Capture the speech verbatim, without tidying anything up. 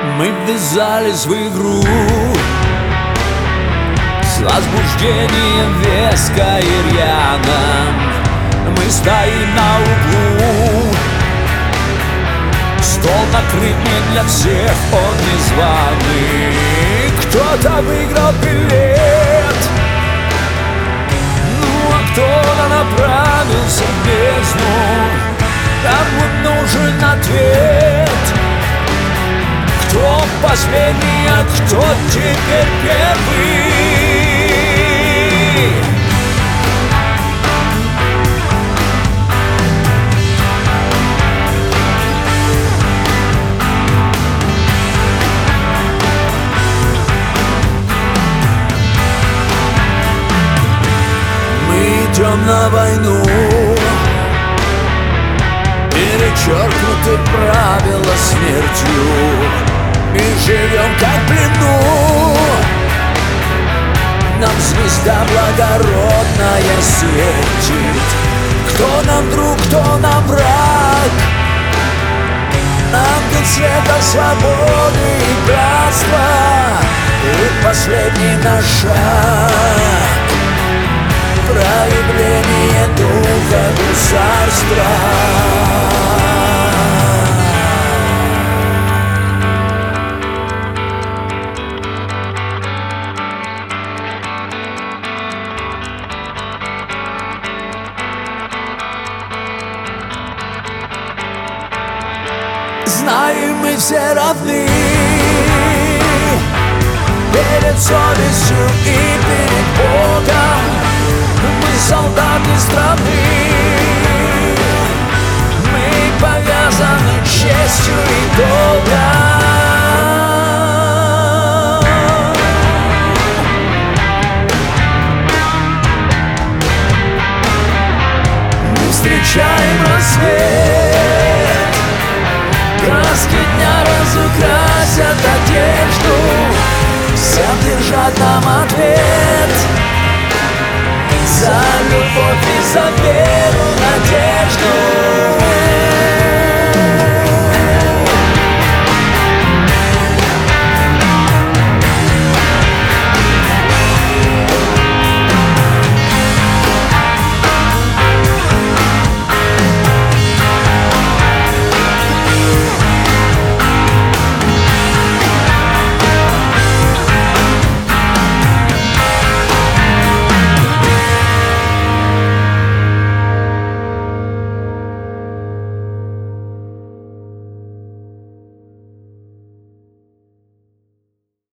Мы ввязались в игру с возбуждением веско и рьяно. Мы стоим на углу, стол накрыт не для всех, он незваный. Кто-то выиграл билет, ну а кто-то направился в бездну. Кому нужен ответ? Кто последний, а кто теперь первый? Мы идем на войну, перечеркнуты правила смертью. И живем как в плену. Нам звезда благородная светит. Кто нам друг, кто нам враг? Ангел света, свободы и братства. И последний наш шаг, проявление духа гусарства. Знаем, мы все равны перед совестью и перед Богом. Мы солдаты страны, мы повязаны честью и долгом. Мы встречаем рассвет, краски дня разукрасят одежду, всем держать нам ответ за любовь и за веру.